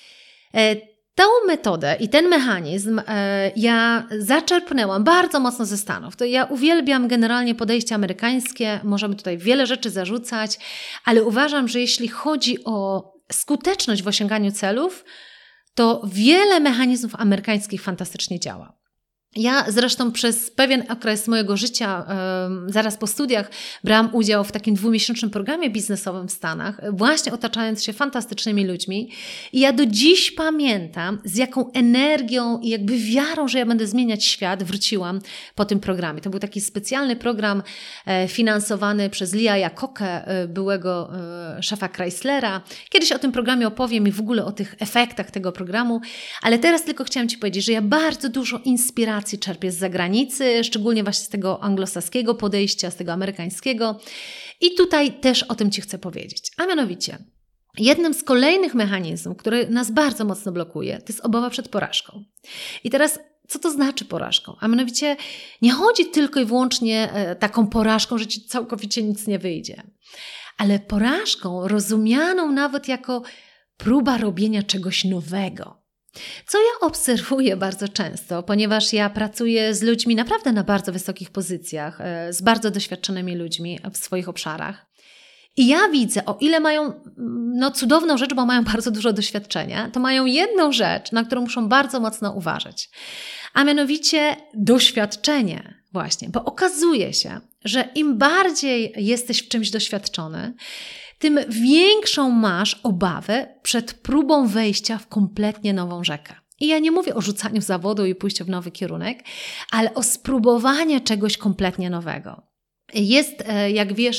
Tą metodę i ten mechanizm ja zaczerpnęłam bardzo mocno ze Stanów. To ja uwielbiam generalnie podejście amerykańskie, możemy tutaj wiele rzeczy zarzucać, ale uważam, że jeśli chodzi o skuteczność w osiąganiu celów, to wiele mechanizmów amerykańskich fantastycznie działa. Ja zresztą przez pewien okres mojego życia, zaraz po studiach, brałam udział w takim 2-miesięcznym programie biznesowym w Stanach, właśnie otaczając się fantastycznymi ludźmi. I ja do dziś pamiętam, z jaką energią i jakby wiarą, że ja będę zmieniać świat, wróciłam po tym programie. To był taki specjalny program finansowany przez Lee Iacocca, byłego szefa Chryslera. Kiedyś o tym programie opowiem i w ogóle o tych efektach tego programu, ale teraz tylko chciałam Ci powiedzieć, że ja bardzo dużo inspiracji czerpię z zagranicy, szczególnie właśnie z tego anglosaskiego podejścia, z tego amerykańskiego. I tutaj też o tym Ci chcę powiedzieć. A mianowicie, jednym z kolejnych mechanizmów, który nas bardzo mocno blokuje, to jest obawa przed porażką. I teraz co to znaczy porażką? A mianowicie nie chodzi tylko i wyłącznie taką porażką, że ci całkowicie nic nie wyjdzie. Ale porażką rozumianą nawet jako próba robienia czegoś nowego. Co ja obserwuję bardzo często, ponieważ ja pracuję z ludźmi naprawdę na bardzo wysokich pozycjach, z bardzo doświadczonymi ludźmi w swoich obszarach. I ja widzę, o ile mają cudowną rzecz, bo mają bardzo dużo doświadczenia, to mają jedną rzecz, na którą muszą bardzo mocno uważać. A mianowicie doświadczenie właśnie, bo okazuje się, że im bardziej jesteś w czymś doświadczony, tym większą masz obawę przed próbą wejścia w kompletnie nową rzekę. I ja nie mówię o rzucaniu zawodu i pójściu w nowy kierunek, ale o spróbowaniu czegoś kompletnie nowego. Jest, jak wiesz,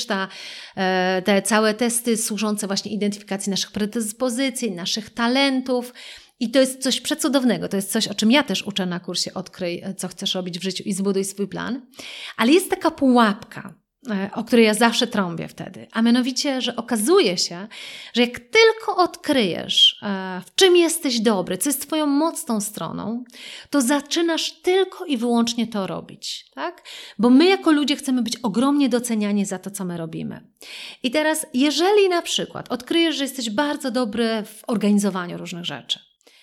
te całe testy służące właśnie identyfikacji naszych predyspozycji, naszych talentów. I to jest coś przecudownego. To jest coś, o czym ja też uczę na kursie Odkryj, co chcesz robić w życiu i zbuduj swój plan. Ale jest taka pułapka, o której ja zawsze trąbię wtedy. A mianowicie, że okazuje się, że jak tylko odkryjesz, w czym jesteś dobry, co jest twoją mocną stroną, to zaczynasz tylko i wyłącznie to robić. Tak? Bo my jako ludzie chcemy być ogromnie doceniani za to, co my robimy. I teraz, jeżeli na przykład odkryjesz, że jesteś bardzo dobry w organizowaniu różnych rzeczy,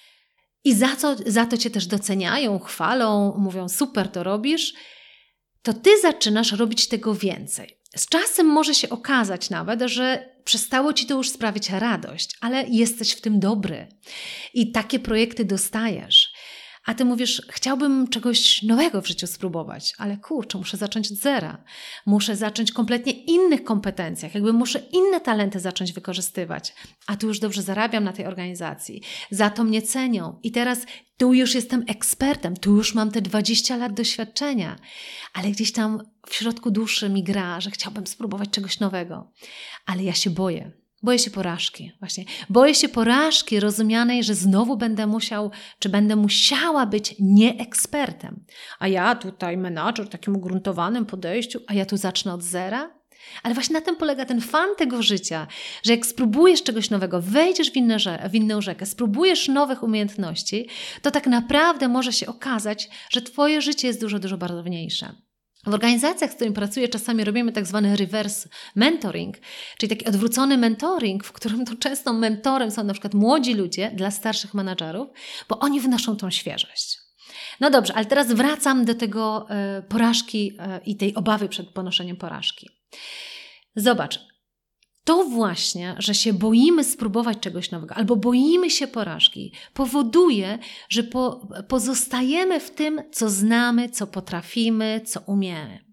i za to cię też doceniają, chwalą, mówią super to robisz, to ty zaczynasz robić tego więcej. Z czasem może się okazać nawet, że przestało ci to już sprawiać radość, ale jesteś w tym dobry i takie projekty dostajesz. A ty mówisz, chciałbym czegoś nowego w życiu spróbować, ale kurczę, muszę zacząć od zera. Muszę zacząć kompletnie innych kompetencjach, muszę inne talenty zacząć wykorzystywać. A tu już dobrze zarabiam na tej organizacji, za to mnie cenią i teraz tu już jestem ekspertem, tu już mam te 20 lat doświadczenia, ale gdzieś tam w środku duszy mi gra, że chciałbym spróbować czegoś nowego, ale ja się boję. Boję się porażki, właśnie. Boję się porażki rozumianej, że znowu będę musiał, czy będę musiała być nieekspertem. A ja tutaj menadżer, takim ugruntowanym podejściu, a ja tu zacznę od zera? Ale właśnie na tym polega ten fan tego życia, że jak spróbujesz czegoś nowego, wejdziesz w inną rzekę, spróbujesz nowych umiejętności, to tak naprawdę może się okazać, że twoje życie jest dużo, dużo barwniejsze. W organizacjach, z którymi pracuję, czasami robimy tak zwany reverse mentoring, czyli taki odwrócony mentoring, w którym to często mentorem są na przykład młodzi ludzie dla starszych menadżerów, bo oni wnoszą tą świeżość. No dobrze, ale teraz wracam do tego porażki i tej obawy przed ponoszeniem porażki. Zobacz, to właśnie, że się boimy spróbować czegoś nowego albo boimy się porażki, powoduje, że pozostajemy w tym, co znamy, co potrafimy, co umiemy.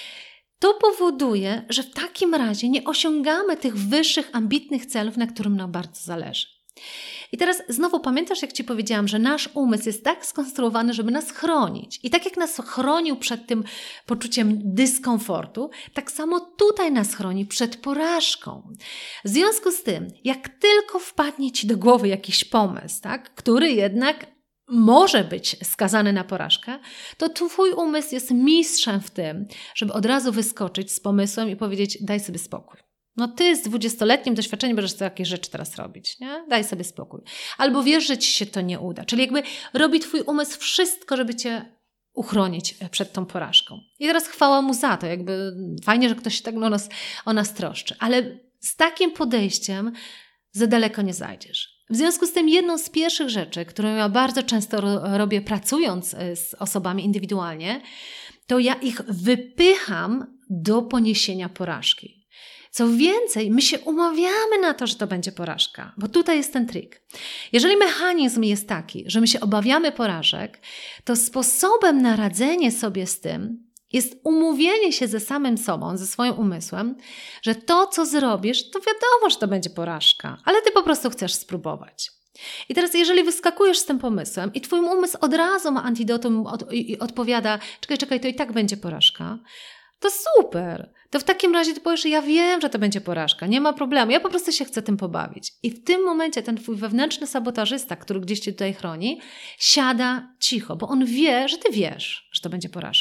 To powoduje, że w takim razie nie osiągamy tych wyższych, ambitnych celów, na którym nam bardzo zależy. I teraz znowu pamiętasz, jak Ci powiedziałam, że nasz umysł jest tak skonstruowany, żeby nas chronić. I tak jak nas chronił przed tym poczuciem dyskomfortu, tak samo tutaj nas chroni przed porażką. W związku z tym, jak tylko wpadnie Ci do głowy jakiś pomysł, tak, który jednak może być skazany na porażkę, to Twój umysł jest mistrzem w tym, żeby od razu wyskoczyć z pomysłem i powiedzieć: daj sobie spokój. No ty z 20-letnim doświadczeniem będziesz takie rzeczy teraz robić, nie? Daj sobie spokój. Albo wiesz, że ci się to nie uda. Czyli robi twój umysł wszystko, żeby cię uchronić przed tą porażką. I teraz chwała mu za to. Fajnie, że ktoś się tak o nas troszczy. Ale z takim podejściem za daleko nie zajdziesz. W związku z tym jedną z pierwszych rzeczy, którą ja bardzo często robię pracując z osobami indywidualnie, to ja ich wypycham do poniesienia porażki. Co więcej, my się umawiamy na to, że to będzie porażka, bo tutaj jest ten trik. Jeżeli mechanizm jest taki, że my się obawiamy porażek, to sposobem na radzenie sobie z tym jest umówienie się ze samym sobą, ze swoim umysłem, że to, co zrobisz, to wiadomo, że to będzie porażka, ale ty po prostu chcesz spróbować. I teraz, jeżeli wyskakujesz z tym pomysłem i twój umysł od razu ma antidotum i odpowiada: czekaj, to i tak będzie porażka, to super. To w takim razie ty powiesz: ja wiem, że to będzie porażka, nie ma problemu, ja po prostu się chcę tym pobawić. I w tym momencie ten twój wewnętrzny sabotażysta, który gdzieś cię tutaj chroni, siada cicho, bo on wie, że ty wiesz, że to będzie porażka.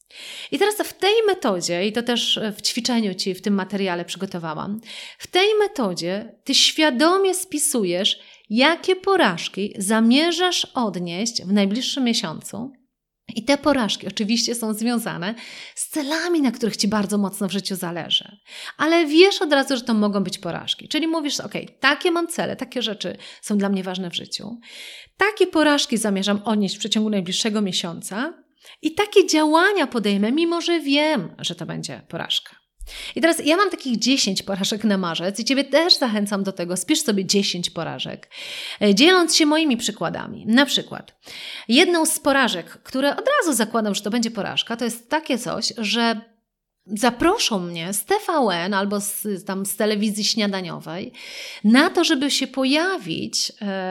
I teraz w tej metodzie, i to też w ćwiczeniu Ci w tym materiale przygotowałam, w tej metodzie Ty świadomie spisujesz, jakie porażki zamierzasz odnieść w najbliższym miesiącu. I te porażki oczywiście są związane z celami, na których Ci bardzo mocno w życiu zależy. Ale wiesz od razu, że to mogą być porażki. Czyli mówisz, takie mam cele, takie rzeczy są dla mnie ważne w życiu. Takie porażki zamierzam odnieść w przeciągu najbliższego miesiąca i takie działania podejmę, mimo że wiem, że to będzie porażka. I teraz ja mam takich 10 porażek na marzec i Ciebie też zachęcam do tego. Spisz sobie 10 porażek, dzieląc się moimi przykładami. Na przykład jedną z porażek, które od razu zakładam, że to będzie porażka, to jest takie coś, że zaproszą mnie z TVN albo z telewizji śniadaniowej na to, żeby się pojawić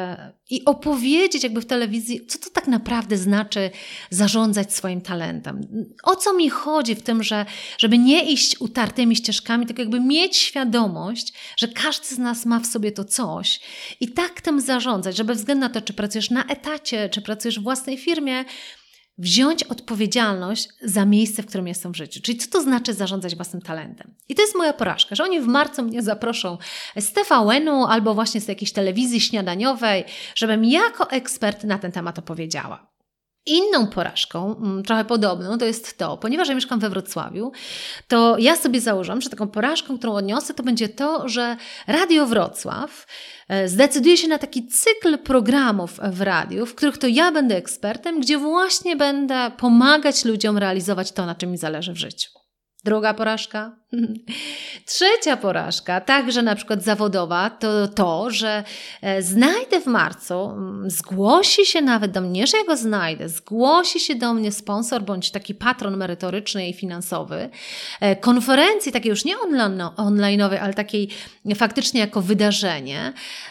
i opowiedzieć jakby w telewizji, co to tak naprawdę znaczy zarządzać swoim talentem. O co mi chodzi w tym, żeby nie iść utartymi ścieżkami, tylko jakby mieć świadomość, że każdy z nas ma w sobie to coś i tak tym zarządzać, że bez względu na to, czy pracujesz na etacie, czy pracujesz w własnej firmie, wziąć odpowiedzialność za miejsce, w którym jestem w życiu. Czyli co to znaczy zarządzać własnym talentem? I to jest moja porażka, że oni w marcu mnie zaproszą z TVN-u albo właśnie z jakiejś telewizji śniadaniowej, żebym jako ekspert na ten temat opowiedziała. Inną porażką, trochę podobną, to jest to, ponieważ ja mieszkam we Wrocławiu, to ja sobie założyłam, że taką porażką, którą odniosę, to będzie to, że Radio Wrocław zdecyduje się na taki cykl programów w radiu, w których to ja będę ekspertem, gdzie właśnie będę pomagać ludziom realizować to, na czym mi zależy w życiu. Druga porażka. Trzecia porażka, także na przykład zawodowa, to, że znajdę w marcu, zgłosi się nawet do mnie, że ja go znajdę, zgłosi się do mnie sponsor bądź taki patron merytoryczny i finansowy konferencji, takiej już nie online'owej, ale takiej faktycznie jako wydarzenie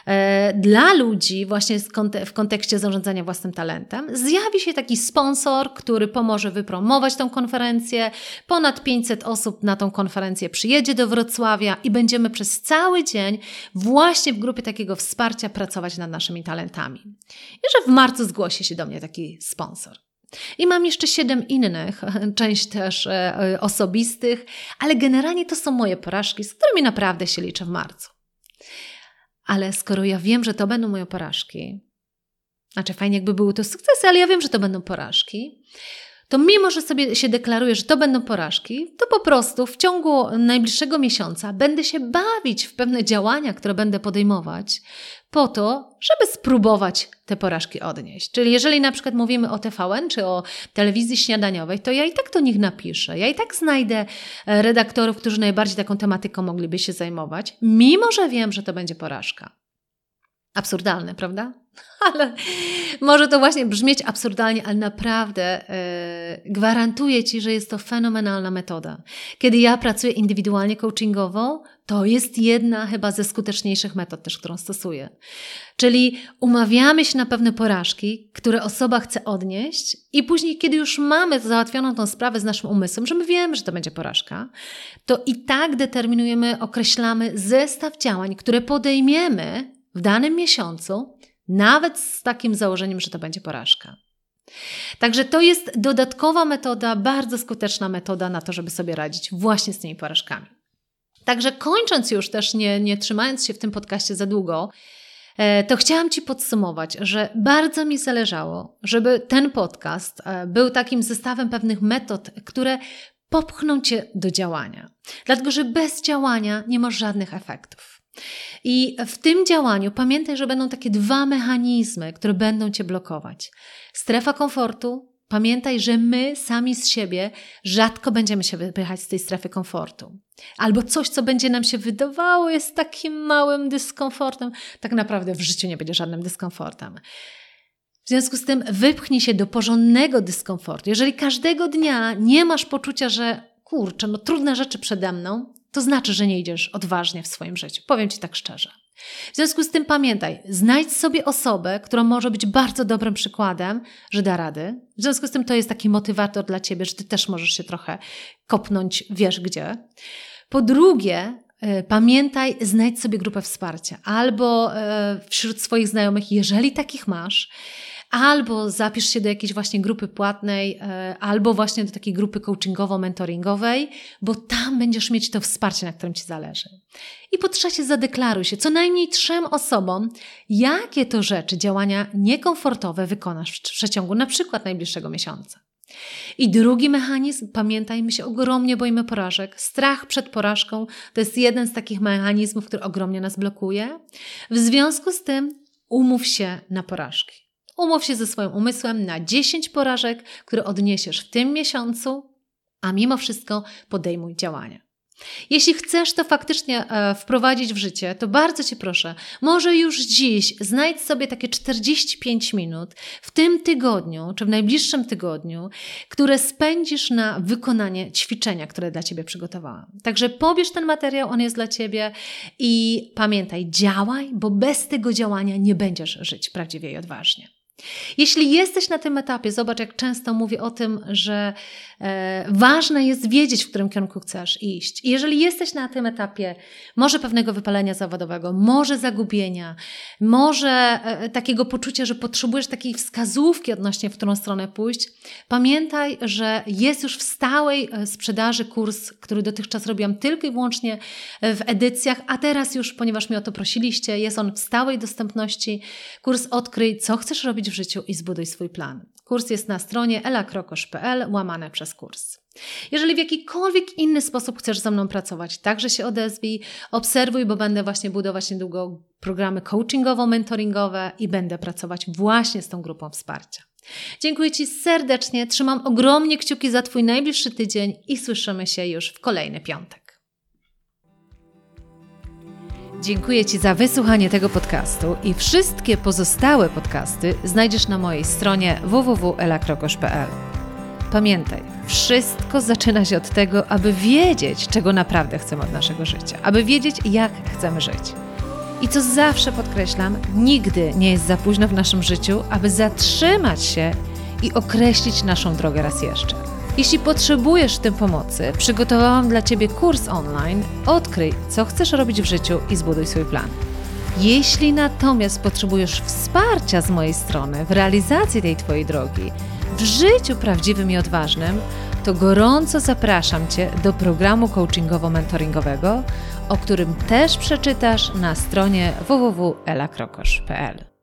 dla ludzi właśnie w kontekście zarządzania własnym talentem. Zjawi się taki sponsor, który pomoże wypromować tą konferencję. Ponad 500 osób na tą konferencję przyjedzie do Wrocławia i będziemy przez cały dzień właśnie w grupie takiego wsparcia pracować nad naszymi talentami. I że w marcu zgłosi się do mnie taki sponsor. I mam jeszcze 7 innych, część też osobistych, ale generalnie to są moje porażki, z którymi naprawdę się liczę w marcu. Ale skoro ja wiem, że to będą moje porażki, znaczy fajnie jakby były to sukcesy, ale ja wiem, że to będą porażki, to mimo, że sobie się deklaruję, że to będą porażki, to po prostu w ciągu najbliższego miesiąca będę się bawić w pewne działania, które będę podejmować po to, żeby spróbować te porażki odnieść. Czyli jeżeli na przykład mówimy o TVN czy o telewizji śniadaniowej, to ja i tak do nich napiszę. Ja i tak znajdę redaktorów, którzy najbardziej taką tematyką mogliby się zajmować, mimo że wiem, że to będzie porażka. Absurdalne, prawda? Ale może to właśnie brzmieć absurdalnie, ale naprawdę gwarantuję Ci, że jest to fenomenalna metoda. Kiedy ja pracuję indywidualnie coachingowo, to jest jedna chyba ze skuteczniejszych metod też, którą stosuję. Czyli umawiamy się na pewne porażki, które osoba chce odnieść i później, kiedy już mamy załatwioną tą sprawę z naszym umysłem, że my wiemy, że to będzie porażka, to i tak determinujemy, określamy zestaw działań, które podejmiemy w danym miesiącu, nawet z takim założeniem, że to będzie porażka. Także to jest dodatkowa metoda, bardzo skuteczna metoda na to, żeby sobie radzić właśnie z tymi porażkami. Także kończąc już też, nie trzymając się w tym podcaście za długo, to chciałam Ci podsumować, że bardzo mi zależało, żeby ten podcast był takim zestawem pewnych metod, które popchną Cię do działania. Dlatego, że bez działania nie masz żadnych efektów. I w tym działaniu pamiętaj, że będą takie 2 mechanizmy, które będą Cię blokować. Strefa komfortu. Pamiętaj, że my sami z siebie rzadko będziemy się wypychać z tej strefy komfortu. Albo coś, co będzie nam się wydawało jest takim małym dyskomfortem, tak naprawdę w życiu nie będzie żadnym dyskomfortem. W związku z tym wypchnij się do porządnego dyskomfortu. Jeżeli każdego dnia nie masz poczucia, że kurczę, trudne rzeczy przede mną, to znaczy, że nie idziesz odważnie w swoim życiu. Powiem Ci tak szczerze. W związku z tym pamiętaj, znajdź sobie osobę, która może być bardzo dobrym przykładem, że da rady. W związku z tym to jest taki motywator dla Ciebie, że Ty też możesz się trochę kopnąć, wiesz gdzie. Po drugie, pamiętaj, znajdź sobie grupę wsparcia albo wśród swoich znajomych, jeżeli takich masz, albo zapisz się do jakiejś właśnie grupy płatnej, albo właśnie do takiej grupy coachingowo-mentoringowej, bo tam będziesz mieć to wsparcie, na którym Ci zależy. I po trzecie, zadeklaruj się co najmniej 3 osobom, jakie to rzeczy, działania niekomfortowe wykonasz w przeciągu na przykład najbliższego miesiąca. I drugi mechanizm, pamiętaj, my się ogromnie boimy porażek. Strach przed porażką to jest jeden z takich mechanizmów, który ogromnie nas blokuje. W związku z tym umów się na porażki. Umów się ze swoim umysłem na 10 porażek, które odniesiesz w tym miesiącu, a mimo wszystko podejmuj działania. Jeśli chcesz to faktycznie wprowadzić w życie, to bardzo Cię proszę, może już dziś znajdź sobie takie 45 minut w tym tygodniu, czy w najbliższym tygodniu, które spędzisz na wykonanie ćwiczenia, które dla Ciebie przygotowałam. Także pobierz ten materiał, on jest dla Ciebie i pamiętaj, działaj, bo bez tego działania nie będziesz żyć prawdziwie i odważnie. Jeśli jesteś na tym etapie, zobacz, jak często mówię o tym, że ważne jest wiedzieć, w którym kierunku chcesz iść. I jeżeli jesteś na tym etapie może pewnego wypalenia zawodowego, może zagubienia, może takiego poczucia, że potrzebujesz takiej wskazówki odnośnie, w którą stronę pójść, pamiętaj, że jest już w stałej sprzedaży kurs, który dotychczas robiłam tylko i wyłącznie w edycjach, a teraz już, ponieważ mnie o to prosiliście, jest on w stałej dostępności. Kurs Odkryj, co chcesz robić w życiu i zbuduj swój plan. Kurs jest na stronie elakrokosz.pl/kurs. Jeżeli w jakikolwiek inny sposób chcesz ze mną pracować, także się odezwij, obserwuj, bo będę właśnie budować niedługo programy coachingowo-mentoringowe i będę pracować właśnie z tą grupą wsparcia. Dziękuję Ci serdecznie, trzymam ogromnie kciuki za Twój najbliższy tydzień i słyszymy się już w kolejny piątek. Dziękuję Ci za wysłuchanie tego podcastu i wszystkie pozostałe podcasty znajdziesz na mojej stronie www.elakrokosz.pl. Pamiętaj, wszystko zaczyna się od tego, aby wiedzieć, czego naprawdę chcemy od naszego życia, aby wiedzieć, jak chcemy żyć. I co zawsze podkreślam, nigdy nie jest za późno w naszym życiu, aby zatrzymać się i określić naszą drogę raz jeszcze. Jeśli potrzebujesz w tym pomocy, przygotowałam dla Ciebie kurs online Odkryj, co chcesz robić w życiu i zbuduj swój plan. Jeśli natomiast potrzebujesz wsparcia z mojej strony w realizacji tej Twojej drogi, w życiu prawdziwym i odważnym, to gorąco zapraszam Cię do programu coachingowo-mentoringowego, o którym też przeczytasz na stronie www.elakrokosz.pl.